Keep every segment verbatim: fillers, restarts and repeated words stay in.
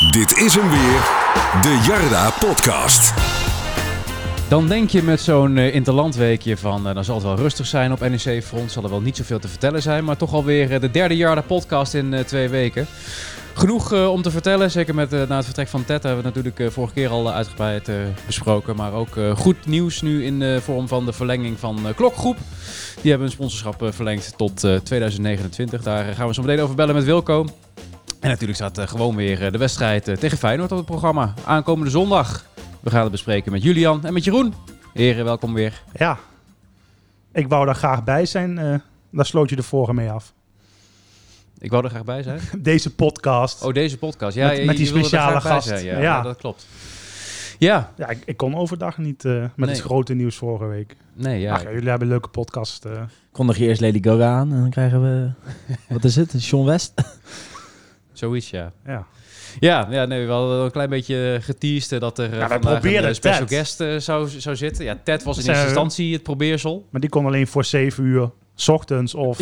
Dit is hem weer, de Jarda Podcast. Dan denk je met zo'n uh, interlandweekje van, uh, dan zal het wel rustig zijn op N E C-front. Zal er wel niet zoveel te vertellen zijn, maar toch alweer uh, de derde Jarda Podcast in uh, twee weken. Genoeg uh, om te vertellen, zeker met uh, na het vertrek van Ted hebben we het natuurlijk uh, vorige keer al uh, uitgebreid uh, besproken. Maar ook uh, goed nieuws nu in de vorm van de verlenging van uh, Klokgroep. Die hebben hun sponsorschap uh, verlengd tot uh, twintig negenentwintig. Daar uh, gaan we zo meteen over bellen met Wilco. En natuurlijk staat uh, gewoon weer uh, de wedstrijd uh, tegen Feyenoord op het programma. Aankomende zondag. We gaan het bespreken met Julian en met Jeroen. Heren, welkom weer. Ja, ik wou daar graag bij zijn. Uh, daar sloot je de vorige mee af. Ik wou er graag bij zijn. Deze podcast. Oh, deze podcast. Ja, met, je, met die je wilde speciale er graag bij gast. zijn. Ja, ja. ja, dat klopt. Ja. Ja, ik, ik kon overdag niet uh, met Nee. het grote nieuws vorige week. Nee, ja. Ach, ja, jullie hebben een leuke podcast. Uh. Kondig je eerst Lady Gaga aan en dan krijgen we... Wat is het? Sean West? Zoiets, ja. Ja. Ja, ja nee, we hadden een klein beetje geteased dat er uh, Ja, wij vandaag probeerden een special Ted. guest uh, zou, zou zitten. Ja, Ted was in Zijn eerste we- instantie het probeersel. Maar die kon alleen voor zeven uur 's ochtends of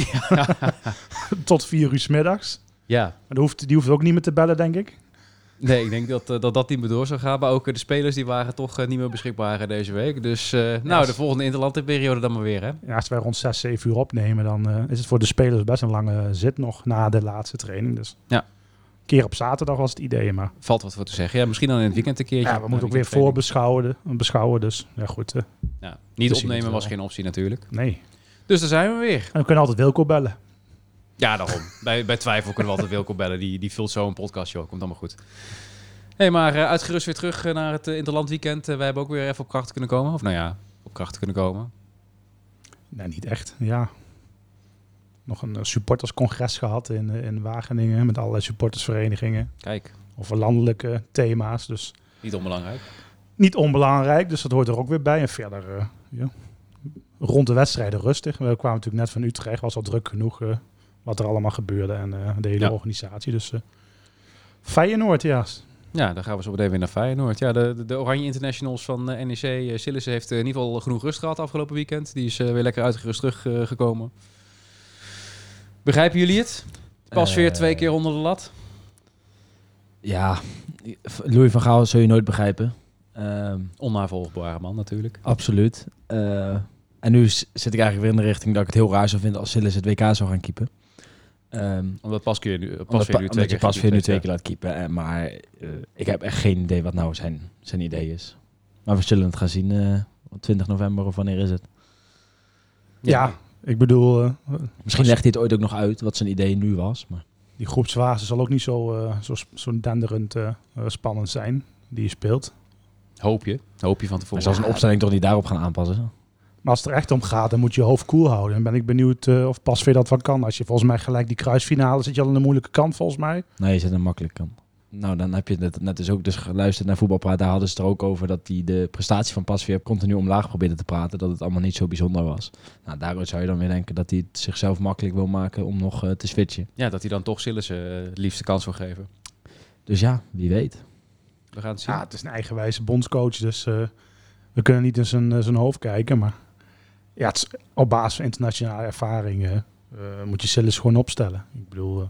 tot vier uur 's middags. Ja. Maar die hoeft, die hoeft ook niet meer te bellen, denk ik. Nee, ik denk dat, uh, dat dat niet meer door zou gaan. Maar ook uh, de spelers die waren toch uh, niet meer beschikbaar uh, deze week. Dus uh, nou, de volgende interlandperiode dan maar weer, hè? Ja, als wij rond zes, zeven uur opnemen, dan uh, is het voor de spelers best een lange zit nog na de laatste training. Dus Ja. een keer op zaterdag was het idee, maar Valt wat voor te zeggen. Ja, misschien dan in het weekend een keertje. ja, we moeten ook weer weekendtraining. voorbeschouwen. Beschouwen, dus ja goed. Uh, Ja, niet We zien opnemen het was wel. geen optie natuurlijk. nee. Dus daar zijn we weer. En we kunnen altijd Wilco bellen. Ja, daarom. bij, bij twijfel kunnen we altijd Wilco bellen. Die, die vult zo een podcast, joh. Komt allemaal goed. Hé, hey, maar uh, uitgerust weer terug uh, naar het uh, Interlandweekend. Uh, wij hebben ook weer even op kracht kunnen komen. Of nou ja, op kracht kunnen komen. Nee, niet echt. Ja. Nog een uh, supporterscongres gehad in, uh, in Wageningen met allerlei supportersverenigingen Kijk, over landelijke thema's. Dus niet onbelangrijk. niet onbelangrijk, dus dat hoort er ook weer bij. En verder uh, ja, rond de wedstrijden rustig. We kwamen natuurlijk net van Utrecht, was al druk genoeg uh, wat er allemaal gebeurde en uh, de hele Ja. organisatie. Dus uh, Feyenoord, ja. Ja, dan gaan we zo meteen weer naar Feyenoord. Ja, de, de, de Oranje Internationals van uh, N E C. Uh, Sillissen heeft uh, in ieder geval genoeg rust gehad afgelopen weekend. Die is uh, weer lekker uitgerust teruggekomen. Uh, gekomen. Begrijpen jullie het? Pas weer Uh, twee keer onder de lat. Ja, Louis van Gaal zul je nooit begrijpen. Um, Onnavolgbare man natuurlijk. absoluut. Uh, en nu s- zit ik eigenlijk weer in de richting dat ik het heel raar zou vinden als Sillis het W K zou gaan keepen. Um, Omdat pas keer nu, pas omdat weer pa- nu twee omdat je keer pas weer nu gekeept twee heeft, keer laat keepen. En, maar uh, ik heb echt geen idee wat nou zijn, zijn idee is. Maar we zullen het gaan zien uh, op twintig november of wanneer is het. Ja, Ja. ik bedoel, uh, Misschien legt hij het ooit ook nog uit wat zijn idee nu was. Maar die groepsfase zal ook niet zo, uh, zo, zo denderend uh, uh, spannend zijn die je speelt. Hoop je. Hoop je van hij tevoren. zal zijn opstelling toch niet daarop gaan aanpassen? Maar als het er echt om gaat, dan moet je je hoofd koel houden. En ben ik benieuwd uh, of Pasveer dat wel kan. Als je volgens mij gelijk die kruisfinale zit je al aan de moeilijke kant volgens mij. Nee, je zit een makkelijk kant. Nou, dan heb je net, net dus ook dus geluisterd naar Voetbalpraat. Daar hadden ze het er ook over dat hij de prestatie van Pasveer continu omlaag probeerde te praten. Dat het allemaal niet zo bijzonder was. Nou, daaruit zou je dan weer denken dat hij het zichzelf makkelijk wil maken om nog uh, te switchen. Ja, dat hij dan toch Sillissen uh, het liefste kans wil geven. Dus ja, wie weet. We gaan het zien. Ja, het is een eigenwijze bondscoach, dus uh, we kunnen niet in zijn, uh, zijn hoofd kijken. Maar ja, het is, op basis van internationale ervaringen uh, moet je Sillis gewoon opstellen. Ik bedoel, uh,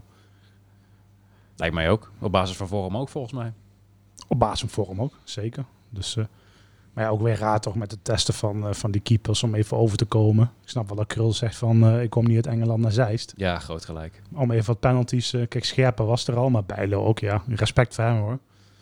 Lijkt mij ook. Op basis van vorm ook volgens mij. op basis van vorm ook, zeker. Dus, uh, maar ja, ook weer raar toch met het testen van, uh, van die keepers om even over te komen. Ik snap wel dat Krul zegt van, uh, ik kom niet uit Engeland naar Zeist. Ja, groot gelijk. Om even wat penalties. Uh, kijk, Scherpen was er al, maar Bijlo ook, ja. Respect voor hem, hoor.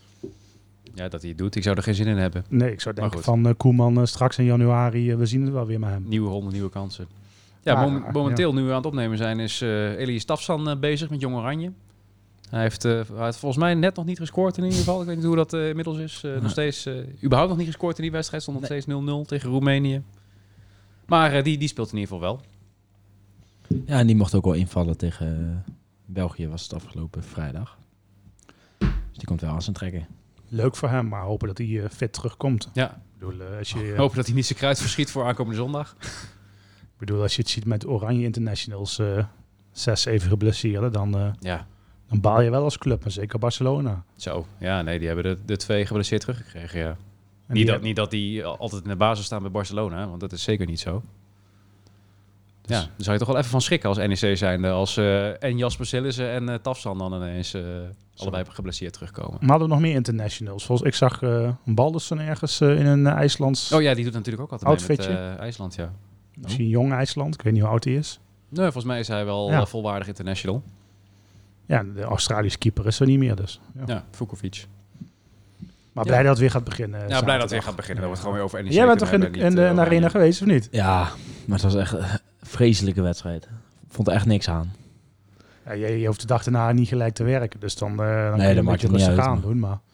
Ja, dat hij het doet. Ik zou er geen zin in hebben. Nee, ik zou Maar denken goed. van uh, Koeman uh, straks in januari, uh, we zien het wel weer met hem. Nieuwe ronde, nieuwe kansen. Ja, Ah, mom- momenteel nu we aan het opnemen zijn is uh, Elias Stafsan uh, bezig met Jong Oranje. Hij heeft, uh, hij heeft volgens mij net nog niet gescoord in ieder geval. Ik weet niet hoe dat uh, inmiddels is. Uh, Nee. Nog steeds, uh, überhaupt nog niet gescoord in die wedstrijd. Stond nog steeds nul nul tegen Roemenië. Maar uh, die, die speelt in ieder geval wel. Ja, en die mocht ook wel invallen tegen uh, België, was het afgelopen vrijdag. Dus die komt wel aan zijn trekken. Leuk voor hem, maar hopen dat hij uh, fit terugkomt. Ja, Ik bedoel, uh, als je, uh, hopen dat hij niet zijn kruid verschiet voor aankomende zondag. ik bedoel, als je het ziet met Oranje Internationals, uh, zes, zeven geblesseerden, dan, uh, Ja, dan baal je wel als club. En zeker Barcelona. zo. Ja, nee, die hebben de, de twee geblesseerd teruggekregen, ja. En Niet die dat, niet dat die altijd in de basis staan bij Barcelona, want dat is zeker niet zo. Ja, dan zou je toch wel even van schrikken als N E C zijnde. Als uh, en Jasper Sillissen en uh, Tafsan dan ineens uh, allebei geblesseerd terugkomen. Maar hadden we nog meer internationals? Volgens ik zag uh, een Baldersen ergens uh, in een uh, IJslands... Oh ja, die doet natuurlijk ook altijd outfitje. Mee met uh, IJsland, ja. Misschien oh. jong IJsland. Ik weet niet hoe oud hij is. Nee, volgens mij is hij wel ja. volwaardig international. Ja, de Australische keeper is er niet meer dus. Ja, ja Vukovic. Maar blij ja. dat het weer gaat beginnen. Ja, zaterdag. blij dat het weer gaat beginnen. Dan wordt gewoon weer over N E C. Jij bent toch in de, in de, in de arena geweest, of niet? Ja, maar het was echt een vreselijke wedstrijd. Ik vond er echt niks aan. Ja, je, je hoeft de dag daarna niet gelijk te werken. Dus dan, uh, dan nee, kun je een beetje rustig uit, aan maar. doen. Maar...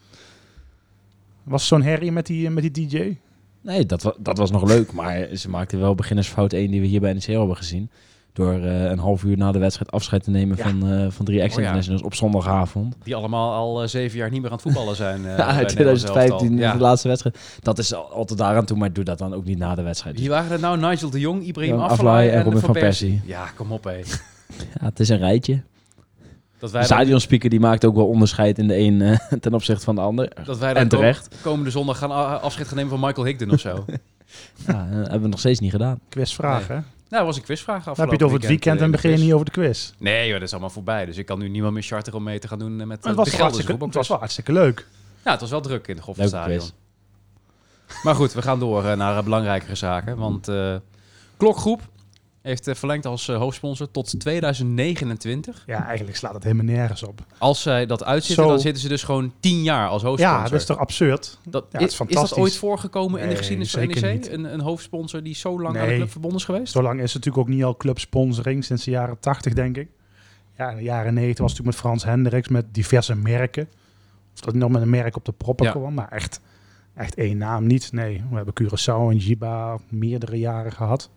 Was zo'n herrie met die, met die D J? Nee, dat, wa- dat was nog leuk. Maar ze maakten wel beginnersfout één die we hier bij N E C hebben gezien. Door uh, een half uur na de wedstrijd afscheid te nemen ja. van, uh, van drie ex-internationals oh, ja. op zondagavond. Die allemaal al uh, zeven jaar niet meer aan het voetballen zijn. Uh, ja, uit twintig vijftien, ja. de laatste wedstrijd. Dat is al, altijd daaraan toe, maar doe dat dan ook niet na de wedstrijd. Wie waren er nou? Nigel de Jong, Ibrahim ja, Afellay en, en Robin van Persie. Persie. Ja, kom op hé. Ja, het is een rijtje. Dat wij de stadionspeaker die maakt ook wel onderscheid in de een uh, ten opzichte van de ander. Dat wij en terecht. Kom, komende zondag gaan afscheid gaan nemen van Michael Higden of zo. Ja, dat hebben we nog steeds niet gedaan. Quizvraag, nee. hè? Nou, dat was een quizvraag afgelopen Dan heb je het over het weekend en begin je niet over de quiz. Nee, joh, dat is allemaal voorbij. Dus ik kan nu niemand meer charteren om mee te gaan doen met het was, de hartstikke, het was wel hartstikke leuk. Ja, het was wel druk in de Goffertstadion. Maar goed, we gaan door uh, naar uh, belangrijkere zaken. Want uh, Klokgroep heeft uh, verlengd als uh, hoofdsponsor tot tweeduizend negenentwintig. Ja, eigenlijk slaat het helemaal nergens op. Als zij dat uitzitten, Zo... dan zitten ze dus gewoon tien jaar als hoofdsponsor. Ja, dat is toch absurd? Dat, ja, is, is, fantastisch. is dat ooit voorgekomen nee, in de geschiedenis van N E C? Een, een hoofdsponsor die zo lang nee, aan de club verbonden is geweest? Zo lang is het natuurlijk ook niet al clubsponsoring, sinds de jaren tachtig denk ik. Ja, in de jaren negentig was het natuurlijk met Frans Hendricks, met diverse merken. Of dat nog met een merk op de proppen ja. kwam, maar echt, echt één naam niet. Nee, we hebben Curaçao en Giba meerdere jaren gehad.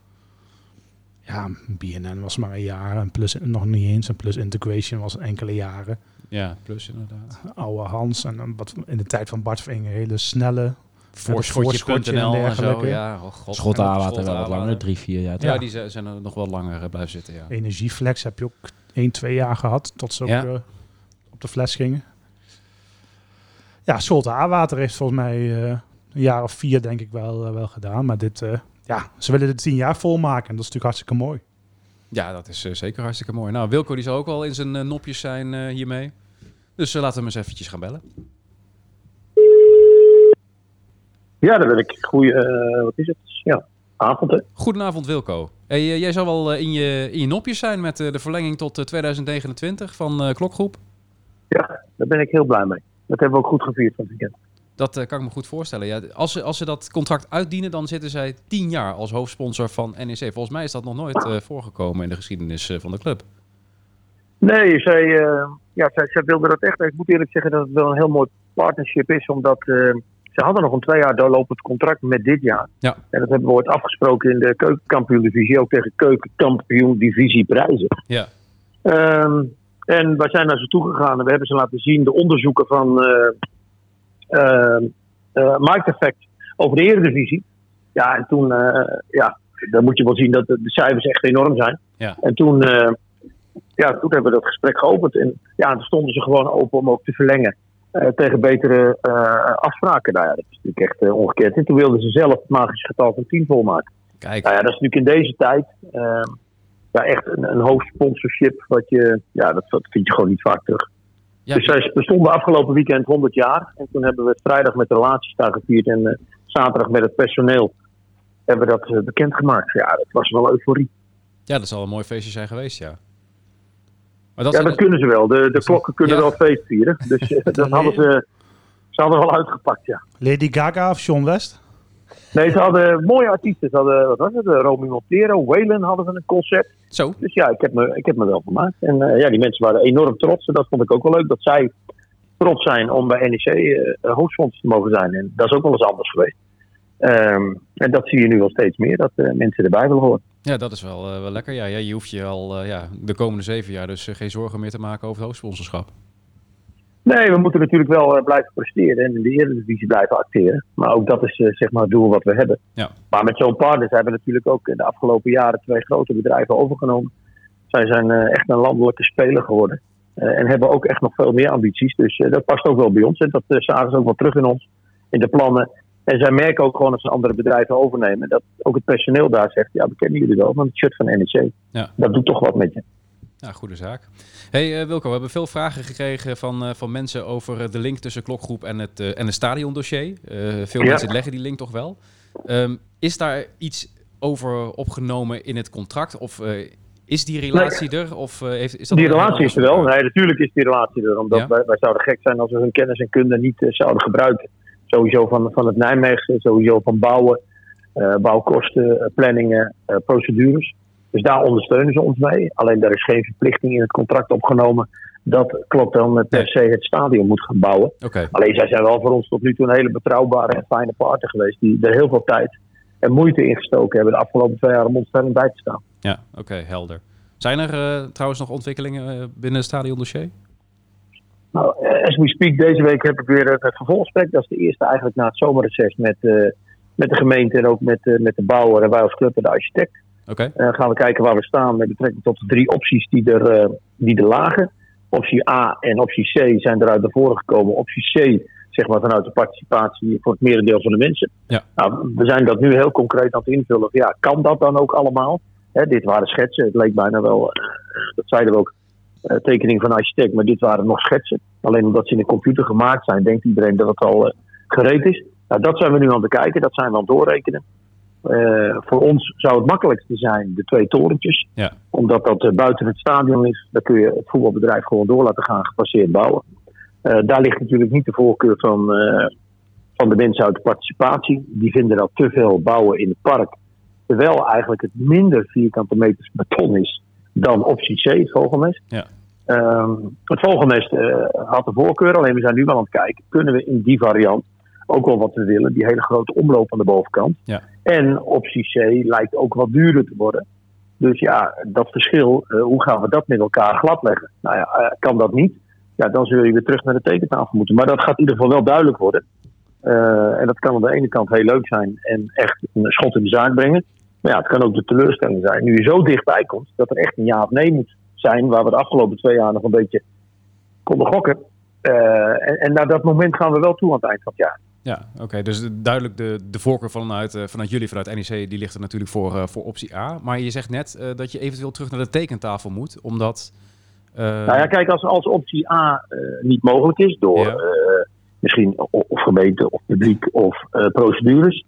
Ja, B N N was maar een jaar en plus nog niet eens. En plus Integration was enkele jaren. Ja, plus inderdaad. Oude Hans en wat in de tijd van Bart Vingen hele snelle Voorschotje punt n l en zo. Ja, oh God. Schot A-water wel wat langer, drie, vier jaar. Ja, ja, die zijn er nog wel langer blijven zitten. Ja. Energieflex heb je ook één, twee jaar gehad tot ze ook ja. uh, op de fles gingen. Ja, Scholte A-water heeft volgens mij uh, een jaar of vier denk ik wel, uh, wel gedaan. Maar dit... Uh, Ja, ze willen de tien jaar volmaken en dat is natuurlijk hartstikke mooi. Ja, dat is uh, zeker hartstikke mooi. Nou, Wilco die zal ook wel in zijn uh, nopjes zijn uh, hiermee. Dus uh, laten we hem eens eventjes gaan bellen. Ja, daar wil ik. Goeie, uh, wat is het? Ja, avond hè. Goedenavond Wilco. Hey, uh, jij zal wel uh, in, je, in je nopjes zijn met uh, de verlenging tot uh, tweeduizend negenentwintig van uh, Klokgroep. Ja, daar ben ik heel blij mee. Dat hebben we ook goed gevierd van het weekend. Dat uh, kan ik me goed voorstellen. Ja, als, ze, als ze dat contract uitdienen, dan zitten zij tien jaar als hoofdsponsor van N E C. Volgens mij is dat nog nooit uh, voorgekomen in de geschiedenis uh, van de club. Nee, zij, uh, ja, zij, zij wilden dat echt. Ik moet eerlijk zeggen dat het wel een heel mooi partnership is. Omdat uh, ze hadden nog een twee jaar doorlopend contract met dit jaar. Ja. En dat hebben we ooit afgesproken in de keukenkampioen-divisie. Ook tegen keukenkampioen-divisieprijzen. Ja. Um, en wij zijn naar ze toegegaan en we hebben ze laten zien de onderzoeken van... Uh, Uh, uh, markteffect over de Eredivisie. Ja, en toen, uh, ja, dan moet je wel zien dat de, de cijfers echt enorm zijn. Ja. En toen, uh, ja, toen hebben we dat gesprek geopend. En ja, toen stonden ze gewoon open om ook te verlengen uh, tegen betere uh, afspraken. Nou ja, dat is natuurlijk echt uh, ongekend. En toen wilden ze zelf het magische getal van tien volmaken. Kijk. Nou ja, dat is natuurlijk in deze tijd uh, ja, echt een, een hoofdsponsorship. Wat je, ja, dat, dat vind je gewoon niet vaak terug. Ja, dus zij bestonden afgelopen weekend honderd jaar. En toen hebben we het vrijdag met de relatiesdag gevierd. En uh, zaterdag met het personeel hebben we dat uh, bekendgemaakt. Ja, dat was wel euforie. Ja, dat zal een mooi feestje zijn geweest, ja. Maar dat ja, dat het... kunnen ze wel. De, de klokken kunnen ja. wel feest vieren. Dus uh, dat hadden ze, ze hadden wel uitgepakt, ja. Lady Gaga of Sean West? Nee, ze hadden mooie artiesten. Ze hadden, wat was het? Romy Montero, Waylon hadden ze een concert. Zo. Dus ja, ik heb me, ik heb me wel vermaakt. En uh, ja, die mensen waren enorm trots. En dat vond ik ook wel leuk, dat zij trots zijn om bij N E C uh, hoofdsponsor te mogen zijn. En dat is ook wel eens anders geweest. Um, en dat zie je nu wel steeds meer, dat uh, mensen erbij willen horen. Ja, dat is wel, uh, wel lekker. Ja, ja, je hoeft je al uh, ja, de komende zeven jaar dus uh, geen zorgen meer te maken over het hoofdsponsorschap. Nee, we moeten natuurlijk wel uh, blijven presteren en in de Eredivisie blijven acteren. Maar ook dat is uh, zeg maar het doel wat we hebben. Ja. Maar met zo'n partners hebben we natuurlijk ook in de afgelopen jaren twee grote bedrijven overgenomen. Zij zijn uh, echt een landelijke speler geworden. Uh, en hebben ook echt nog veel meer ambities. Dus uh, dat past ook wel bij ons. En dat uh, zagen ze ook wel terug in ons, in de plannen. En zij merken ook gewoon als ze andere bedrijven overnemen, dat ook het personeel daar zegt, ja, we kennen jullie wel, van het shirt van N E C. Ja. Dat doet toch wat met je. Ja, goede zaak. Hey uh, Wilco, we hebben veel vragen gekregen van, uh, van mensen over de link tussen Klokgroep en het, uh, en het stadiondossier. Uh, veel ja. mensen leggen die link toch wel. Um, is daar iets over opgenomen in het contract? Of uh, is die relatie nee. er? Of, uh, heeft, is dat die relatie is er wel. Nee, natuurlijk is die relatie er. Omdat ja? wij, wij zouden gek zijn als we hun kennis en kunde niet uh, zouden gebruiken. Sowieso van, van het Nijmeegse, sowieso van bouwen, uh, bouwkosten, uh, planningen, uh, procedures. Dus daar ondersteunen ze ons mee. Alleen daar is geen verplichting in het contract opgenomen dat klopt dan per se het stadion moet gaan bouwen. Okay. Alleen zij zijn wel voor ons tot nu toe een hele betrouwbare en fijne partner geweest. Die er heel veel tijd en moeite in gestoken hebben de afgelopen twee jaar om ons daarin bij te staan. Ja, oké, okay, helder. Zijn er uh, trouwens nog ontwikkelingen uh, binnen het stadiondossier? Nou, as we speak, deze week heb ik weer het vervolggesprek. Dat is de eerste eigenlijk na het zomerreces met, uh, met de gemeente en ook met, uh, met de bouwer en wij als club en de architect. Okay. Uh, gaan we kijken waar we staan met betrekking tot de drie opties die er, uh, die er lagen. Optie A en optie C zijn eruit naar voren gekomen. Optie C, zeg maar vanuit de participatie voor het merendeel van de mensen. Ja. Nou, we zijn dat nu heel concreet aan het invullen. Ja, kan dat dan ook allemaal? Hè, dit waren schetsen. Het leek bijna wel, uh, dat zeiden we ook, uh, tekening van architect. Maar dit waren nog schetsen. Alleen omdat ze in de computer gemaakt zijn, denkt iedereen dat het al uh, gereed is. Nou, dat zijn we nu aan het bekijken. Dat zijn we aan het doorrekenen. Uh, voor ons zou het makkelijkste zijn de twee torentjes. Ja. Omdat dat uh, buiten het stadion is. Daar kun je het voetbalbedrijf gewoon door laten gaan gepasseerd bouwen. Uh, daar ligt natuurlijk niet de voorkeur van, uh, van de mensen uit de participatie. Die vinden dat te veel bouwen in het park. Terwijl eigenlijk het minder vierkante meters beton is dan optie C, het vogelnest. Ja. Um, het vogelnest uh, had de voorkeur. Alleen we zijn nu wel aan het kijken. Kunnen we in die variant ook wel wat we willen. Die hele grote omloop aan de bovenkant. Ja. En optie C lijkt ook wat duurder te worden. Dus ja, dat verschil, uh, hoe gaan we dat met elkaar gladleggen? Nou ja, uh, kan dat niet? Ja, dan zul je weer terug naar de tekentafel moeten. Maar dat gaat in ieder geval wel duidelijk worden. Uh, en dat kan aan de ene kant heel leuk zijn en echt een schot in de zaak brengen. Maar ja, het kan ook de teleurstelling zijn. Nu je zo dichtbij komt, dat er echt een ja of nee moet zijn, waar we de afgelopen twee jaar nog een beetje konden gokken. Uh, en, en naar dat moment gaan we wel toe aan het eind van het jaar. Ja, oké. Okay. Dus duidelijk de, de voorkeur vanuit, uh, vanuit jullie, vanuit N E C, die ligt er natuurlijk voor, uh, voor optie A. Maar je zegt net uh, dat je eventueel terug naar de tekentafel moet, omdat... Uh... Nou ja, kijk, als, als optie A uh, niet mogelijk is, door ja. uh, misschien of, of gemeente of publiek of uh, procedures,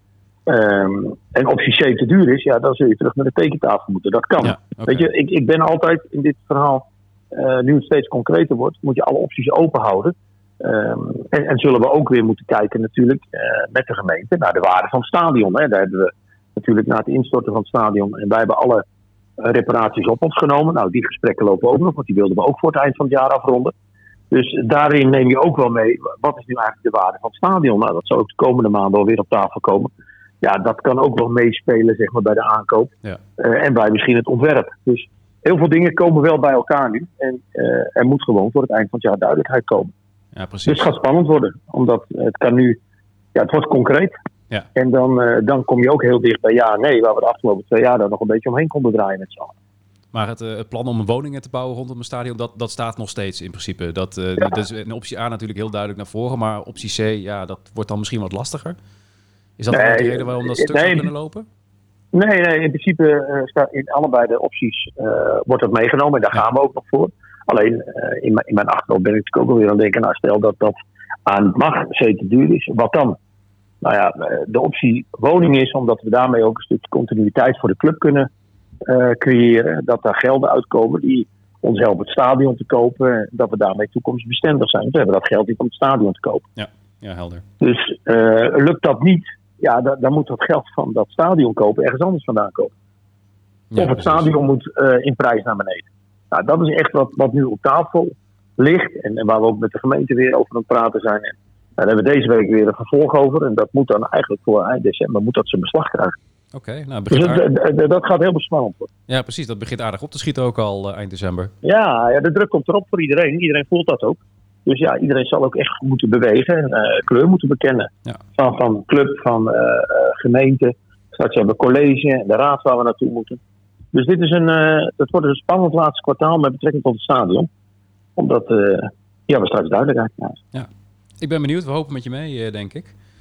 um, en optie C te duur is, ja, dan zul je terug naar de tekentafel moeten. Dat kan. Ja, okay. Weet je, ik, ik ben altijd in dit verhaal, uh, nu het steeds concreter wordt, moet je alle opties open houden. Um, en, en zullen we ook weer moeten kijken natuurlijk uh, met de gemeente naar de waarde van het stadion. Hè. Daar hebben we natuurlijk na het instorten van het stadion en wij hebben alle uh, reparaties op ons genomen. Nou, die gesprekken lopen ook nog, want die wilden we ook voor het eind van het jaar afronden. Dus daarin neem je ook wel mee, wat is nu eigenlijk de waarde van het stadion? Nou, dat zal ook de komende maanden alweer op tafel komen. Ja, dat kan ook wel meespelen, zeg maar, bij de aankoop. Ja. Uh, en bij misschien het ontwerp. Dus heel veel dingen komen wel bij elkaar nu. En uh, er moet gewoon voor het eind van het jaar duidelijkheid komen. Ja, precies. Dus het gaat spannend worden. Omdat het kan nu... Ja, het wordt concreet. Ja. En dan, uh, dan kom je ook heel dicht bij ja en nee. Waar we de afgelopen twee jaar daar nog een beetje omheen konden draaien met z'n allen. Maar het, uh, het plan om woningen te bouwen rondom een stadion, dat, dat staat nog steeds in principe. Dat, uh, ja. dat is in optie A natuurlijk heel duidelijk naar voren. Maar optie C, ja, dat wordt dan misschien wat lastiger. Is dat nee, de reden waarom dat stuk nee, zou kunnen lopen? Nee, nee, in principe uh, staat in allebei de opties uh, wordt dat meegenomen. En daar ja. gaan we ook nog voor. Alleen uh, in, mijn, in mijn achterhoofd ben ik natuurlijk ook alweer aan het denken, nou, stel dat dat aan mag, C te duur is, wat dan? Nou ja, de optie woning is omdat we daarmee ook een stukje continuïteit voor de club kunnen uh, creëren. Dat daar gelden uitkomen die ons helpen het stadion te kopen. Dat we daarmee toekomstbestendig zijn. We hebben dat geld niet om het stadion te kopen. Ja, ja, helder. Dus uh, lukt dat niet, ja, dan, dan moet dat geld van dat stadion kopen ergens anders vandaan komen. Ja, of het precies. Stadion moet uh, in prijs naar beneden. Nou, dat is echt wat, wat nu op tafel ligt. En, en waar we ook met de gemeente weer over aan het praten zijn. En daar hebben we deze week weer een vervolg over. En dat moet dan eigenlijk voor eind december moet dat zijn beslag krijgen. Oké, okay, nou dus het, aardig... dat gaat heel spannend worden. Ja, precies. Dat begint aardig op te schieten ook al uh, eind december. Ja, ja, de druk komt erop voor iedereen. Iedereen voelt dat ook. Dus ja, iedereen zal ook echt moeten bewegen en uh, kleur moeten bekennen. Ja. Van, van club, van uh, uh, gemeente. Straks hebben we college en de raad waar we naartoe moeten. Dus dit is een, uh, het wordt een spannend laatste kwartaal met betrekking tot het stadion. Omdat uh, ja, we straks duidelijkheid krijgen. Ja. Ik ben benieuwd. We hopen met je mee, uh, denk ik.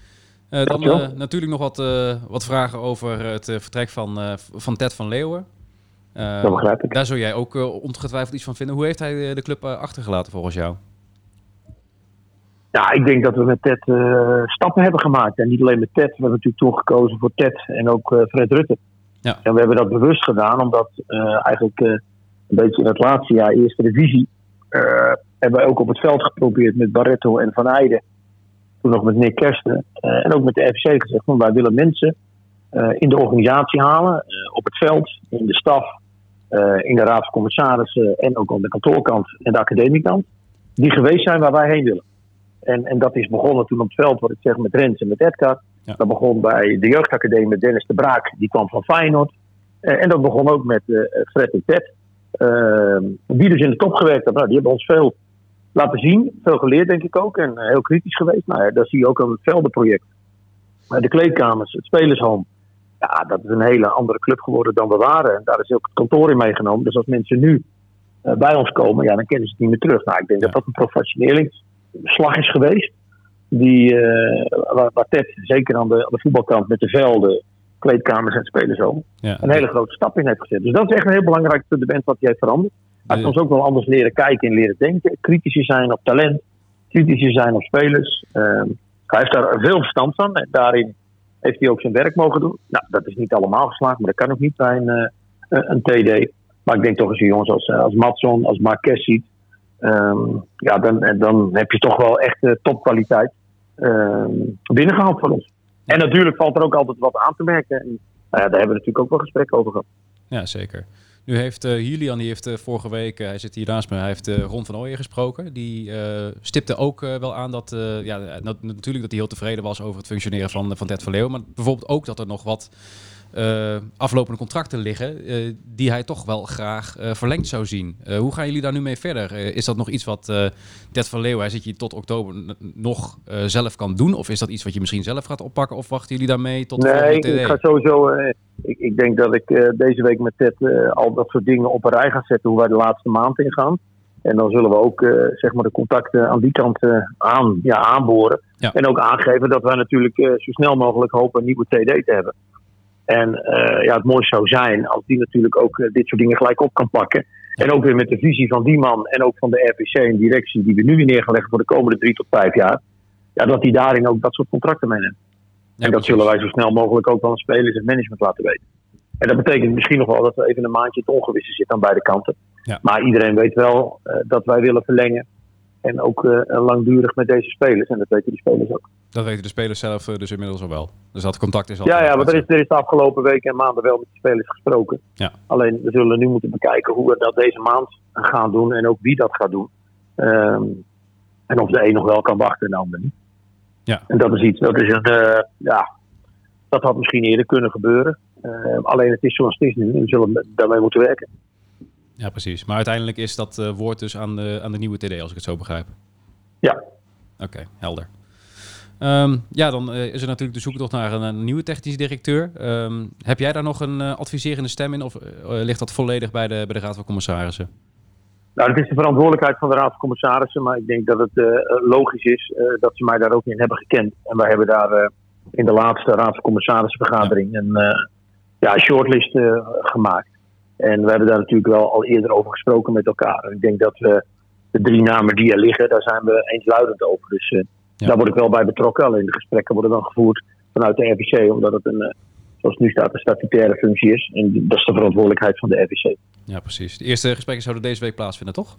Uh, dan uh, natuurlijk nog wat, uh, wat vragen over het uh, vertrek van, uh, van Ted van Leeuwen. Uh, dat begrijp ik. Daar zul jij ook uh, ongetwijfeld iets van vinden. Hoe heeft hij de club uh, achtergelaten volgens jou? Ja, ik denk dat we met Ted uh, stappen hebben gemaakt. En niet alleen met Ted. We hebben natuurlijk toen gekozen voor Ted en ook uh, Fred Rutte. Ja. En we hebben dat bewust gedaan, omdat uh, eigenlijk uh, een beetje in het laatste jaar eerste divisie uh, hebben we ook op het veld geprobeerd met Barretto en Van Eijden. Toen nog met Nick Kersten. Uh, en ook met de F C gezegd, van, wij willen mensen uh, in de organisatie halen. Uh, op het veld, in de staf, uh, in de raad van commissarissen en ook aan de kantoorkant en de academiekant. Die geweest zijn waar wij heen willen. En, en dat is begonnen toen op het veld, wat ik zeg, met Rens en met Edgar. Ja. Dat begon bij de jeugdacademie met Dennis de Braak. Die kwam van Feyenoord. Uh, en dat begon ook met uh, Fred en Ted. Uh, die dus in de top gewerkt hebben. Nou, die hebben ons veel laten zien. Veel geleerd, denk ik ook. En uh, heel kritisch geweest. Nou ja, dat zie je ook aan het veldenproject. Uh, de kleedkamers, het spelershome. Ja, dat is een hele andere club geworden dan we waren. En daar is ook het kantoor in meegenomen. Dus als mensen nu uh, bij ons komen, ja, dan kennen ze het niet meer terug. Nou, ik denk ja. dat dat een professionelingsslag is geweest. Die, uh, waar, waar Ted, zeker aan de, aan de voetbalkant met de velden, kleedkamers en spelers ja. een hele grote stap in heeft gezet. Dus dat is echt een heel belangrijk fundament wat hij heeft veranderd. Hij heeft ons ook wel anders leren kijken en leren denken. Kritischer zijn op talent, kritischer zijn op spelers. Uh, hij heeft daar veel verstand van en daarin heeft hij ook zijn werk mogen doen. Nou, dat is niet allemaal geslaagd, maar dat kan ook niet bij een, uh, een T D. Maar ik denk toch als je jongens als, als Matson, als Marquez ziet, um, ja, dan, dan heb je toch wel echt uh, topkwaliteit um, binnengehaald voor ons. En natuurlijk valt er ook altijd wat aan te merken. En, nou ja, daar hebben we natuurlijk ook wel gesprekken over gehad. Ja, zeker. Nu heeft uh, Julian, die heeft uh, vorige week, uh, hij zit hier naast me, hij heeft uh, Ron van Ooyen gesproken. Die uh, stipte ook uh, wel aan dat, uh, ja, dat, natuurlijk dat hij heel tevreden was over het functioneren van, van Ted van Leeuwen. Maar bijvoorbeeld ook dat er nog wat uh, aflopende contracten liggen uh, die hij toch wel graag uh, verlengd zou zien. Uh, hoe gaan jullie daar nu mee verder? Uh, is dat nog iets wat uh, Ted van Leeuwen, hij zit hier tot oktober n- nog uh, zelf kan doen? Of is dat iets wat je misschien zelf gaat oppakken? Of wachten jullie daarmee tot de nee, volgende T D? Nee, ik ga sowieso... Uh, ik, ik denk dat ik uh, deze week met Ted uh, al dat soort dingen op een rij ga zetten hoe wij de laatste maand ingaan. En dan zullen we ook uh, zeg maar de contacten aan die kant uh, aan, ja, aanboren. Ja. En ook aangeven dat wij natuurlijk uh, zo snel mogelijk hopen een nieuwe T D te hebben. En uh, ja, het mooiste zou zijn als die natuurlijk ook uh, dit soort dingen gelijk op kan pakken. En ook weer met de visie van die man en ook van de R V C en directie die we nu weer neer gaan leggen voor de komende drie tot vijf jaar. Ja, dat die daarin ook dat soort contracten meeneemt. Ja, en dat precies. Zullen wij zo snel mogelijk ook wel aan spelers en management laten weten. En dat betekent misschien nog wel dat we even een maandje het ongewisse zitten aan beide kanten. Ja. Maar iedereen weet wel uh, dat wij willen verlengen. En ook uh, langdurig met deze spelers. En dat weten die spelers ook. Dat weten de spelers zelf uh, dus inmiddels al wel. Dus dat contact is al. Ja, ja, want er is, er is de afgelopen weken en maanden wel met de spelers gesproken. Ja. Alleen we zullen nu moeten bekijken hoe we dat deze maand gaan doen. En ook wie dat gaat doen. Um, en of de een nog wel kan wachten en de ander niet. Ja. En dat is iets, dat is een, uh, ja, dat had misschien eerder kunnen gebeuren. Uh, alleen het is zoals het is nu en we zullen daarmee moeten werken. Ja, precies. Maar uiteindelijk is dat uh, woord dus aan de, aan de nieuwe T D, als ik het zo begrijp. Ja. Oké, okay, helder. Um, ja, dan uh, is er natuurlijk de zoektocht naar een, een nieuwe technisch directeur. Um, heb jij daar nog een uh, adviserende stem in of uh, ligt dat volledig bij de, bij de Raad van Commissarissen? Nou, het is de verantwoordelijkheid van de Raad van Commissarissen, maar ik denk dat het uh, logisch is uh, dat ze mij daar ook in hebben gekend. En wij hebben daar uh, in de laatste Raad van Commissarissenvergadering ja. een uh, ja, shortlist uh, gemaakt. En we hebben daar natuurlijk wel al eerder over gesproken met elkaar. En ik denk dat we de drie namen die er liggen, daar zijn we eensluidend over. Dus uh, ja. daar word ik wel bij betrokken. Alleen de gesprekken worden dan gevoerd vanuit de R V C, omdat het een, uh, zoals het nu staat, een statutaire functie is. En dat is de verantwoordelijkheid van de R V C. Ja, precies. De eerste gesprekken zouden deze week plaatsvinden, toch?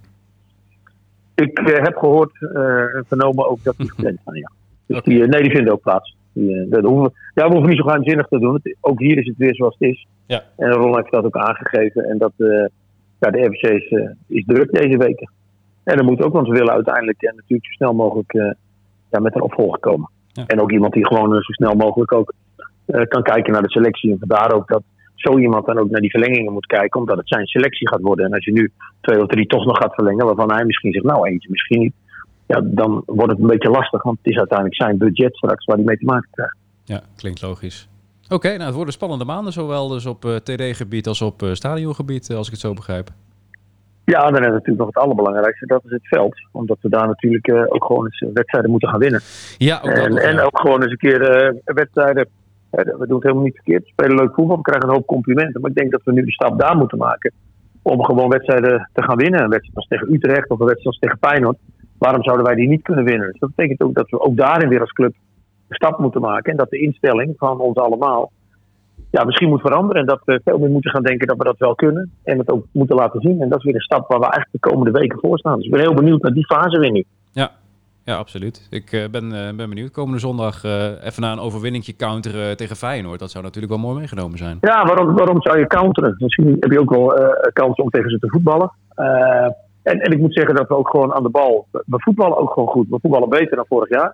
Ik uh, heb gehoord uh, en vernomen ook dat die gepland zijn, ja. Dus okay. die, uh, nee, die vinden ook plaats. Die, uh, dat hoeven, ja, we hoeven niet zo geheimzinnig te doen. Het, ook hier is het weer zoals het is. Ja. En Ron heeft dat ook aangegeven. En dat uh, ja, de R V C is, uh, is druk deze weken. En dat moet ook, want we willen uiteindelijk uh, natuurlijk zo snel mogelijk uh, ja, met een opvolger komen. Ja. En ook iemand die gewoon uh, zo snel mogelijk ook uh, kan kijken naar de selectie. En vandaar ook dat zo iemand dan ook naar die verlengingen moet kijken, omdat het zijn selectie gaat worden. En als je nu twee of drie toch nog gaat verlengen, waarvan hij misschien zegt, nou eentje misschien niet. Ja, dan wordt het een beetje lastig, want het is uiteindelijk zijn budget straks waar hij mee te maken krijgt. Ja, klinkt logisch. Oké, okay, nou het worden spannende maanden, zowel dus op uh, T D-gebied als op uh, stadiongebied, als ik het zo begrijp. Ja, dan hebben we natuurlijk nog het allerbelangrijkste, dat is het veld. Omdat we daar natuurlijk uh, ook gewoon eens wedstrijden moeten gaan winnen. Ja, ook en, nog, en ja. ook gewoon eens een keer uh, wedstrijden. Uh, we doen het helemaal niet verkeerd. We spelen leuk voetbal, we krijgen een hoop complimenten. Maar ik denk dat we nu de stap daar moeten maken om gewoon wedstrijden te gaan winnen. Een wedstrijd als tegen Utrecht of een wedstrijd als tegen Feyenoord. Waarom zouden wij die niet kunnen winnen? Dus dat betekent ook dat we ook daarin weer als club een stap moeten maken. En dat de instelling van ons allemaal ja, misschien moet veranderen. En dat we veel meer moeten gaan denken dat we dat wel kunnen. En het ook moeten laten zien. En dat is weer een stap waar we eigenlijk de komende weken voor staan. Dus ik ben heel benieuwd naar die fase weer nu. Ja, ja absoluut. Ik uh, ben, uh, ben benieuwd. Komende zondag uh, even naar een overwinningje counteren tegen Feyenoord. Dat zou natuurlijk wel mooi meegenomen zijn. Ja, waarom, waarom zou je counteren? Misschien heb je ook wel uh, kans om tegen ze te voetballen. Uh, en, en ik moet zeggen dat we ook gewoon aan de bal... We voetballen ook gewoon goed. We voetballen beter dan vorig jaar.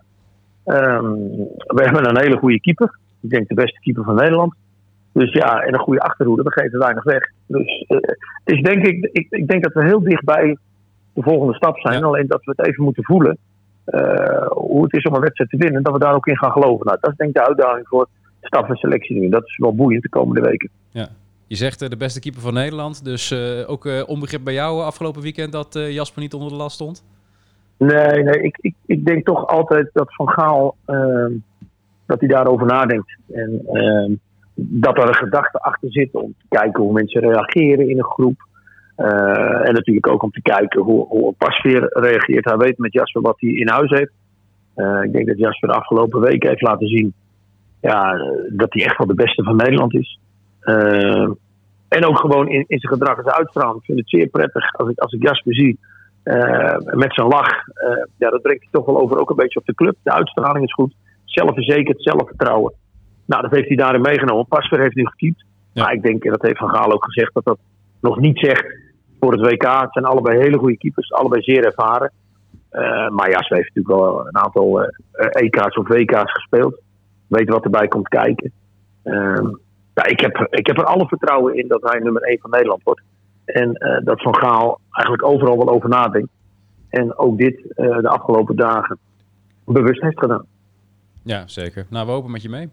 Um, we hebben een hele goede keeper. Ik denk de beste keeper van Nederland. Dus ja, en een goede achterhoede, we geven weinig weg. Dus uh, het is denk ik, ik, ik denk dat we heel dicht bij de volgende stap zijn. Ja. Alleen dat we het even moeten voelen uh, hoe het is om een wedstrijd te winnen. En dat we daar ook in gaan geloven. Nou, dat is denk ik de uitdaging voor de staf en selectie nu. Dat is wel boeiend de komende weken. Ja. Je zegt uh, de beste keeper van Nederland. Dus uh, ook uh, onbegrip bij jou afgelopen weekend dat uh, Jasper niet onder de last stond? Nee, nee ik, ik, ik denk toch altijd dat Van Gaal uh, dat hij daarover nadenkt. En... Uh, dat er een gedachte achter zit om te kijken hoe mensen reageren in een groep. Uh, en natuurlijk ook om te kijken hoe, hoe Pasveer reageert. Hij weet met Jasper wat hij in huis heeft. Uh, ik denk dat Jasper de afgelopen weken heeft laten zien ja, dat hij echt wel de beste van Nederland is. Uh, en ook gewoon in, in zijn gedrag en zijn uitstraling. Ik vind het zeer prettig als ik, als ik Jasper zie uh, met zijn lach. Uh, ja, dat brengt hij toch wel over ook een beetje op de club. De uitstraling is goed. Zelfverzekerd, zelfvertrouwen. Nou, dat heeft hij daarin meegenomen. Pasveer heeft nu gekiept. Ja. Maar ik denk, en dat heeft Van Gaal ook gezegd, dat dat nog niet zegt voor het W K. Het zijn allebei hele goede keepers, allebei zeer ervaren. Uh, maar ja, ze heeft natuurlijk wel een aantal uh, E K's of W K's gespeeld. Weet wat erbij komt kijken. Uh, ja, ik, heb, ik heb er alle vertrouwen in dat hij nummer één van Nederland wordt. En uh, dat Van Gaal eigenlijk overal wel over nadenkt. En ook dit uh, de afgelopen dagen bewust heeft gedaan. Ja, zeker. Nou, we hopen met je mee.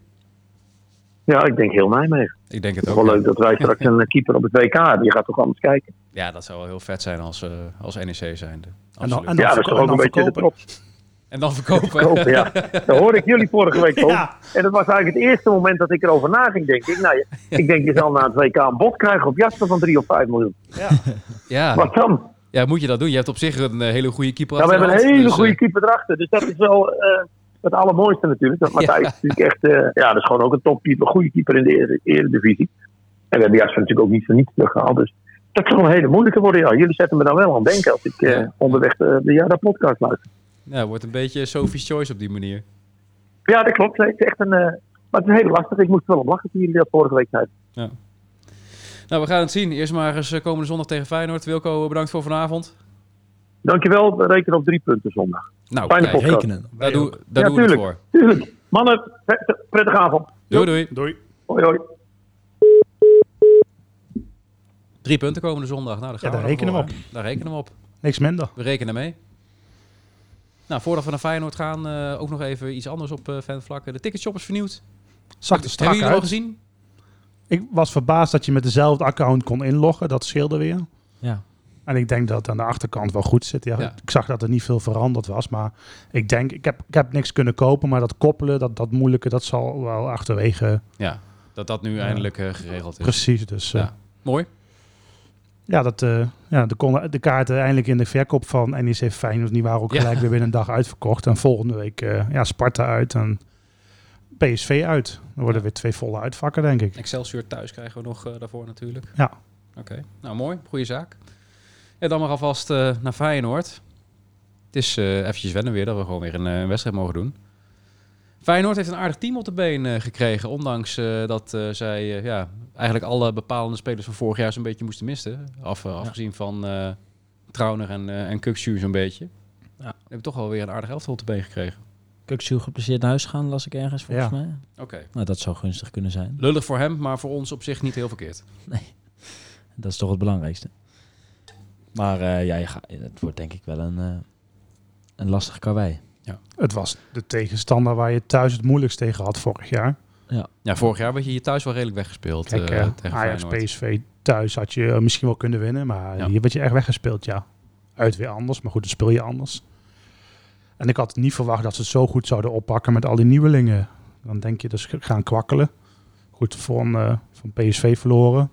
Ja, ik denk heel Nijmegen. Ik denk het ook. Het is wel leuk dat wij straks een keeper op het W K hebben. Je gaat toch anders kijken. Ja, dat zou wel heel vet zijn als, uh, als N E C zijnde. En dan, en dan ja, dat is toch ook een beetje de trop. En dan verkopen. verkopen ja. Dat hoorde ik jullie vorige week ook. Ja. En dat was eigenlijk het eerste moment dat ik erover na ging denken. Nou, ja, ik denk je zal na het W K een bod krijgen op Jasper van drie of vijf miljoen. Ja. Ja. Wat dan? Ja, moet je dat doen? Je hebt op zich een uh, hele goede keeper achter. Ja, we hebben een hele dus, goede uh... keeper erachter. Dus dat is wel... Uh, het allermooiste natuurlijk. Dat Matthijs ja. is natuurlijk echt... Uh, ja, dat is gewoon ook een topkeeper. Een goede keeper in de Eredivisie. En we hebben Jasper natuurlijk ook niet voor niets teruggehaald. Dus dat zal een hele moeilijke worden. Ja. Jullie zetten me dan wel aan denken als ik uh, ja. onderweg de, de Jarda podcast luister. Ja, het wordt een beetje Sophie's Choice op die manier. Ja, dat klopt. Het is echt een... Uh, maar het is heel lastig. Ik moest wel op lachen toen jullie dat vorige week zeiden. Ja. Nou, we gaan het zien. Eerst maar eens komende zondag tegen Feyenoord. Wilco, bedankt voor vanavond. Dankjewel. We rekenen op drie punten zondag. Nou, fijne kijk, podcast. Rekenen. Daar, doe, daar ja, doen we het voor. Tuurlijk. Mannen, prettige avond. Doei, doei. Doei. Hoi, hoi. Drie punten komende zondag. Nou, daar gaan ja, we daar rekenen we op. Daar rekenen we op. Niks minder. We rekenen mee. Nou, voordat we naar Feyenoord gaan, uh, ook nog even iets anders op uh, fanvlakken. De ticketshop is vernieuwd. Zag er strak Hebben jullie uit. al gezien? Ik was verbaasd dat je met dezelfde account kon inloggen. Dat scheelde weer. Ja. En ik denk dat het aan de achterkant wel goed zit. Ja, Ja. Ik zag dat er niet veel veranderd was. Maar ik denk, ik heb, ik heb niks kunnen kopen. Maar dat koppelen, dat, dat moeilijke, dat zal wel achterwege. Ja, dat dat nu Ja. eindelijk uh, geregeld is. Precies. Dus Ja. uh, Mooi. ja, dat, uh, ja, de, kon, de kaarten eindelijk in de verkoop van N E C Feyenoord. Die waren ook Ja. gelijk weer binnen een dag uitverkocht. En volgende week uh, ja, Sparta uit en P S V uit. Dan worden Ja. weer twee volle uitvakken, denk ik. Excelsior thuis krijgen we nog uh, daarvoor natuurlijk. Ja. Oké, okay. Nou mooi. Goeie zaak. En dan maar alvast uh, naar Feyenoord. Het is uh, eventjes wennen weer dat we gewoon weer een, uh, een wedstrijd mogen doen. Feyenoord heeft een aardig team op de been uh, gekregen. Ondanks uh, dat uh, zij uh, ja, eigenlijk alle bepalende spelers van vorig jaar zo'n beetje moesten missen. Af, uh, ja. Afgezien van uh, Trauner en, uh, en Kukçu zo'n beetje. Ja. We hebben toch wel weer een aardig elftal op de been gekregen. Kukçu geblesseerd naar huis gaan, las ik ergens volgens Ja. mij. Oké. Okay. Nou, dat zou gunstig kunnen zijn. Lullig voor hem, maar voor ons op zich niet heel verkeerd. Nee, dat is toch het belangrijkste. Maar uh, ja, je ga, het wordt denk ik wel een, uh, een lastig karwei. Ja. Het was de tegenstander waar je thuis het moeilijkst tegen had vorig jaar. Ja, ja vorig jaar werd je hier thuis wel redelijk weggespeeld. Kijk, uh, uh, tegen Ajax, Feyenoord. P S V thuis had je misschien wel kunnen winnen, maar Ja. hier werd je echt weggespeeld, ja. Uit weer anders, maar goed, dan speel je anders. En ik had niet verwacht dat ze het zo goed zouden oppakken met al die nieuwelingen. Dan denk je dus gaan kwakkelen. Goed, van, uh, van P S V verloren.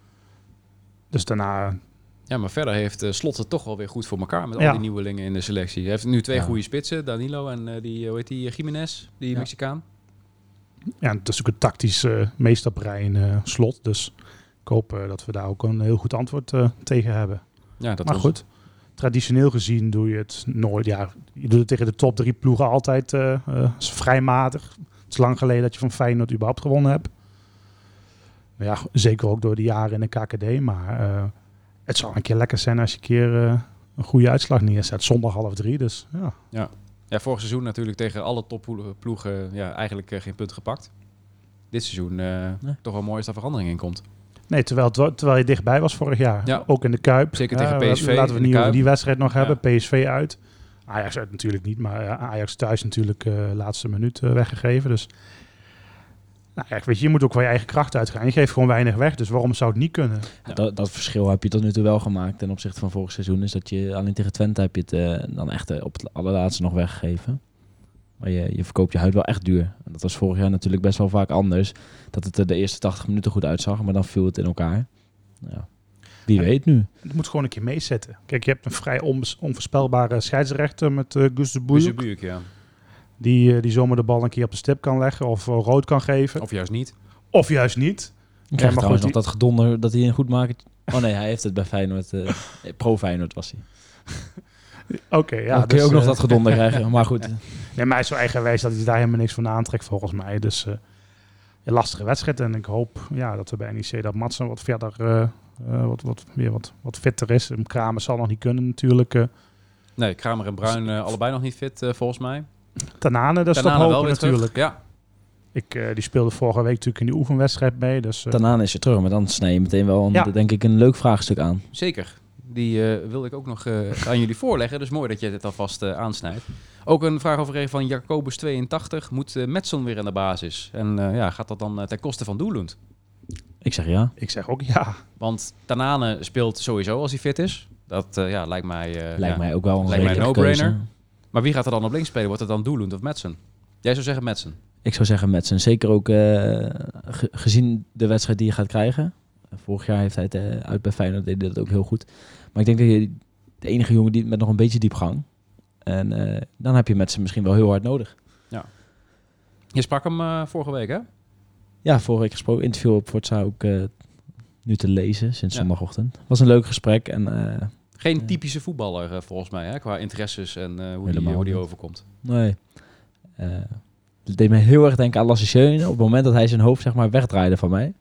Dus daarna... Ja, maar verder heeft uh, Slot het toch wel weer goed voor elkaar met al Ja. die nieuwelingen in de selectie. Hij heeft nu twee Ja. goede spitsen, Danilo en uh, die, hoe heet die, Jiménez, die Ja. Mexicaan. Ja, het is ook een tactisch uh, meesterbrein uh, Slot. Dus ik hoop uh, dat we daar ook een heel goed antwoord uh, tegen hebben. Ja, dat maar was... goed, traditioneel gezien doe je het nooit. Ja, je doet het tegen de top drie ploegen altijd uh, uh, is vrij matig. Het is lang geleden dat je van Feyenoord überhaupt gewonnen hebt. Maar ja, zeker ook door de jaren in de K K D. Maar uh, het zou een keer lekker zijn als je een keer uh, een goede uitslag neerzet. Zondag half drie, dus ja. Ja. Ja, vorig seizoen natuurlijk tegen alle topploegen ja, eigenlijk uh, geen punt gepakt. Dit seizoen uh, nee. toch wel mooi als daar verandering in komt. Nee, terwijl, terwijl je dichtbij was vorig jaar. Ja. Ook in de Kuip. Zeker ja, tegen P S V. Laten we niet over die wedstrijd nog ja. hebben. P S V uit. Ajax uit natuurlijk niet, maar Ajax thuis natuurlijk uh, laatste minuut uh, weggegeven. Dus nou ja, weet je, je moet ook wel je eigen kracht uitgaan. Je geeft gewoon weinig weg, dus waarom zou het niet kunnen? Ja. Dat, dat verschil heb je tot nu toe wel gemaakt ten opzichte van vorig seizoen. Is dat je alleen tegen Twente heb je het uh, dan echt uh, op het allerlaatste nog weggegeven. Maar je, je verkoopt je huid wel echt duur. En dat was vorig jaar natuurlijk best wel vaak anders. Dat het uh, de eerste tachtig minuten goed uitzag, maar dan viel het in elkaar. Ja. Wie weet nu. Het moet gewoon een keer meezetten. Kijk, je hebt een vrij onbes- onvoorspelbare scheidsrechter met uh, Gus de Boejuk. Ja. Die, uh, die zomaar de bal een keer op de stip kan leggen of uh, rood kan geven. Of juist niet. Of juist niet. Ik krijg ja, trouwens goed, nog dat gedonder dat hij een goed maakt. Oh nee, hij heeft het bij Feyenoord. Uh, pro Feyenoord was hij. Oké, okay, ja. Dan kun je dus, ook nog uh, dat gedonder krijgen, maar goed. Nee, maar hij is zo eigenwijs dat hij daar helemaal niks van aantrekt volgens mij. Dus uh, een lastige wedstrijd. En ik hoop ja, dat we bij N E C dat Madsen wat verder, uh, uh, wat, wat, weer wat, wat fitter is. Kramer zal nog niet kunnen natuurlijk. Uh. Nee, Kramer en Bruin uh, allebei nog niet fit uh, volgens mij. Tanane, dat is Tanane toch wel hopen natuurlijk. Terug. Ja. Ik, uh, die speelde vorige week natuurlijk in die oefenwedstrijd mee. Dus, uh, Tanane is je terug, maar dan snij je meteen wel een, ja. denk ik een leuk vraagstuk aan. Zeker. Die uh, wilde ik ook nog uh, aan jullie voorleggen. Dus mooi dat je dit alvast uh, aansnijdt. Ook een vraag over van Jacobus tweeëntachtig. Moet uh, Metson weer aan de basis? En uh, ja, gaat dat dan uh, ten koste van Doelund? Ik zeg ja. Ik zeg ook ja. Want Tanane speelt sowieso als hij fit is. Dat uh, ja, lijkt mij... Uh, lijkt ja, mij ook wel een lijkt mij een no-brainer. keuze. Maar wie gaat er dan op links spelen? Wordt het dan Doelund of Metson? Jij zou zeggen Metson. Ik zou zeggen Metson. Zeker ook uh, ge- gezien de wedstrijd die je gaat krijgen. Vorig jaar heeft hij het uh, uit bij Feyenoord, deed dat ook heel goed. Maar ik denk dat je de enige jongen die met nog een beetje diepgang. En uh, dan heb je Metson misschien wel heel hard nodig. Ja. Je sprak hem uh, vorige week, hè? Ja, vorige week gesproken. Interview op Forza ook uh, nu te lezen sinds ja. zondagochtend. Was een leuk gesprek. En, uh, Geen typische voetballer uh, volgens mij, hè? Qua interesses en uh, hoe, die, hoe die overkomt. Nee. Uh, het deed me heel erg denken aan Lasse Schöne. Op het moment dat hij zijn hoofd zeg maar wegdraaide van mij.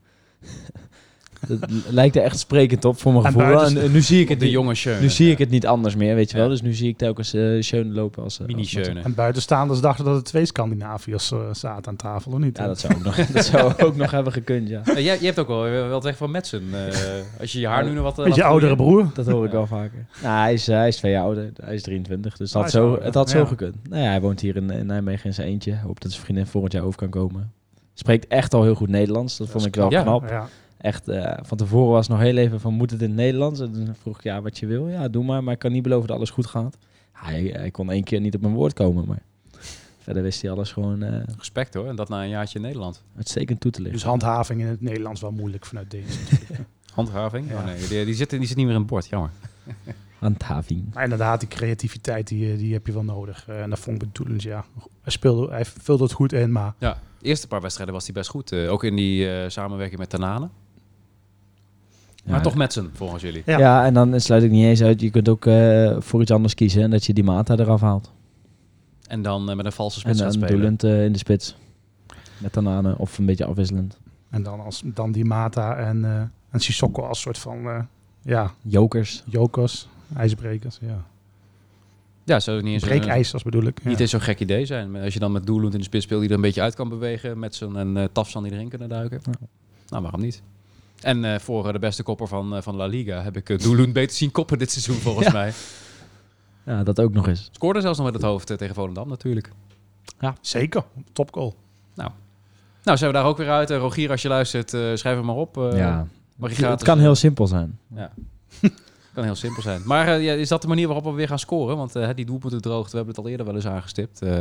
Dat lijkt er echt sprekend op voor mijn en gevoel. buiten, en nu zie ik het de niet, jonge Schöne. Nu zie ik het niet anders meer, weet je wel. Ja. Dus nu zie ik telkens uh, Schöne lopen als... Uh, Mini Schöne. En buitenstaanders dachten dat er twee Scandinaviërs uh, zaten aan tafel, of niet? Ja, dat zou ook nog, dat zou ook nog hebben gekund, ja. Uh, jij, je hebt ook wel wat weg van Metson. Uh, als je je haar nu nog wat... Uh, Met je oudere broer? Dat hoor ik wel vaker. Nou, hij, is, uh, hij is twee jaar ouder. Hij is drieëntwintig. Dus dat had hij zo, ouder, het had ja. zo gekund. Nou ja, hij woont hier in, in Nijmegen in zijn eentje. Hoop dat zijn vriendin volgend jaar over kan komen. Spreekt echt al heel goed Nederlands. Dat, dat vond ik wel ja. knap. Ja. Echt, uh, van tevoren was nog heel even van, moet het in het Nederlands? En toen vroeg ik, ja, wat je wil. Ja, doe maar. Maar ik kan niet beloven dat alles goed gaat. Hij, hij kon één keer niet op mijn woord komen, maar verder wist hij alles gewoon... Uh, Respect hoor, en dat na een jaartje in Nederland. Uitstekend toe te liggen. Dus handhaving in het Nederlands wel moeilijk vanuit deze. Handhaving? Ja. Oh nee, die, die, zit, die zit niet meer in het bord, jammer. Handhaving. Maar inderdaad, die creativiteit, die, die heb je wel nodig. Uh, en dat vond ik bedoelend, ja. Hij, speelde, hij vulde het goed in, maar... Ja, de eerste paar wedstrijden was hij best goed. Uh, ook in die uh, samenwerking met Tanane. Ja, maar toch Metson, volgens jullie. Ja. ja, en dan sluit ik niet eens uit. Je kunt ook uh, voor iets anders kiezen. En dat je die Mata eraf haalt. En dan uh, met een valse spits en gaat spelen. spelen. En dan uh, in de spits. Met Tanane of een beetje afwisselend. En dan, als, dan die Mata en, uh, en Sissoko als soort van... Uh, ja, jokers. Jokers, ijsbrekers, ja. Ja, zou het niet eens breekijzers bedoel ik. Niet ja. eens zo'n gek idee zijn. Als je dan met Doelund in de spits speelt die er een beetje uit kan bewegen. Met zo'n en uh, Tafsan die erin kunnen duiken. Ja. Nou, waarom niet? En uh, voor uh, de beste kopper van, uh, van La Liga heb ik uh, Doelund beter zien koppen dit seizoen volgens ja. mij. Ja, dat ook nog eens. Scoorde zelfs nog met het hoofd uh, tegen Volendam natuurlijk. Ja, zeker. Topgoal. Nou. nou, zijn we daar ook weer uit. Uh, Rogier, als je luistert, uh, schrijf hem maar op. Uh, ja, Mag je Het gratis, kan uh, heel simpel zijn. Ja. kan heel simpel zijn. Maar uh, ja, is dat de manier waarop we weer gaan scoren? Want uh, die doelpuntendroogte, we hebben het al eerder wel eens aangestipt. Uh,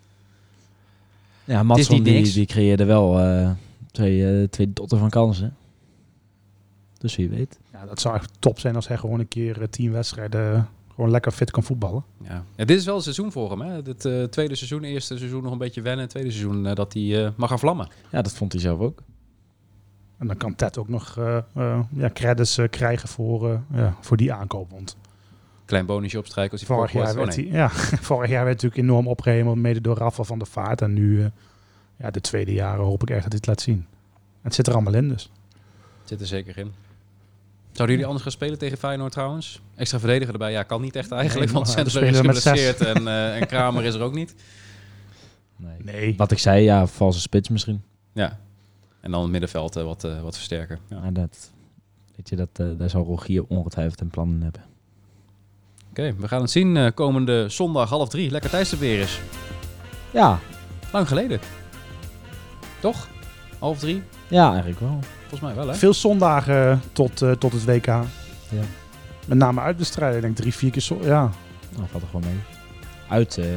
Ja, Madsson niet die, niks. die creëerde wel uh, twee, uh, twee dotten van kansen. Dus wie weet. Ja, dat zou echt top zijn als hij gewoon een keer uh, tien wedstrijden uh, gewoon lekker fit kan voetballen. ja. Ja, dit is wel een seizoen voor hem. Hè? Het uh, tweede seizoen, eerste seizoen nog een beetje wennen. Het tweede seizoen uh, dat hij uh, mag gaan vlammen. Ja, dat vond hij zelf ook. En dan kan Ted ook nog uh, uh, ja, credits uh, krijgen voor, uh, ja, voor die aankoop. Want Klein bonusje opstrijken als hij vorig jaar, wordt. werd hij, ja, vorig jaar werd hij natuurlijk enorm opgehemeld, mede door Rafa van der Vaart. En nu, uh, ja, de tweede jaren hoop ik echt dat hij het laat zien. Het zit er allemaal in dus. Het zit er zeker in. Zouden jullie anders gaan spelen tegen Feyenoord trouwens? Extra verdediger erbij? Ja, kan niet echt eigenlijk, Nee, want maar Sendler is we spelen met geblesseerd en, uh, en Kramer is er ook niet. Nee. Nee. Wat ik zei, ja, valse spits misschien. Ja. En dan het middenveld uh, wat, uh, wat versterken. Ja. Maar dat, weet je, dat, uh, daar zal Rogier ongetwijfeld een plan in hebben. Oké, okay, we gaan het zien uh, komende zondag half drie. Lekker tijdstip weer is. Ja. Lang geleden. Toch? Half drie? Ja, eigenlijk wel. Volgens mij wel, hè? Veel zondagen tot, uh, tot het W K. Ja. Met name uitwedstrijden. Ik denk drie, vier keer zo. Ja. Nou, valt er gewoon mee. Uit, uh,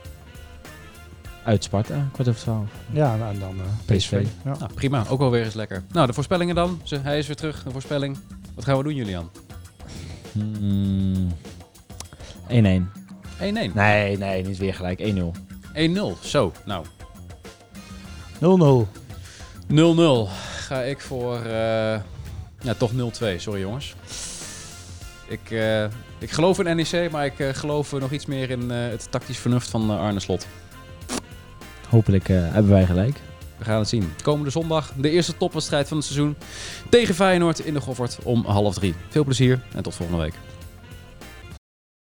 uit Sparta, kwart over twaalf. Ja, nou, en dan uh, P S V. P S V. Ja. Nou, prima. Ook wel weer eens lekker. Nou, de voorspellingen dan. Ze- Hij is weer terug. De voorspelling. Wat gaan we doen, Julian? Hmm. één-één. één-één. Nee, nee, niet weer gelijk. één nul. één nul. Zo, nou. nul nul. nul nul. Ga ik voor... Uh, ja, toch nul twee. Sorry, jongens. Ik, uh, ik geloof in N E C, maar ik uh, geloof uh, nog iets meer in uh, het tactisch vernuft van uh, Arne Slot. Hopelijk uh, hebben wij gelijk. We gaan het zien. Komende zondag de eerste topwedstrijd van het seizoen tegen Feyenoord in de Goffert om half drie. Veel plezier en tot volgende week.